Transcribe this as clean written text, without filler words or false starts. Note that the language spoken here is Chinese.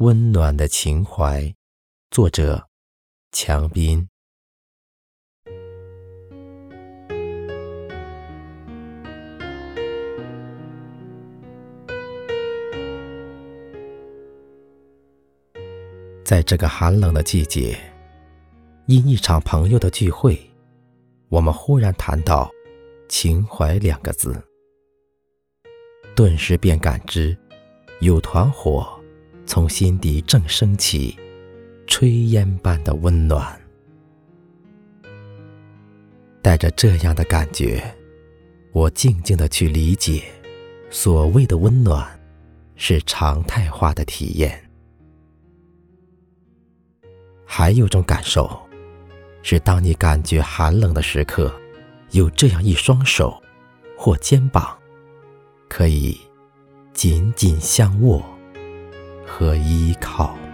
温暖的情怀，作者强斌。在这个寒冷的季节，因一场朋友的聚会，我们忽然谈到情怀2个字，顿时便感知有团火从心底正升起，炊烟般的温暖。带着这样的感觉，我静静地去理解，所谓的温暖是常态化的体验。还有种感受，是当你感觉寒冷的时刻，有这样一双手或肩膀，可以紧紧相握和依靠。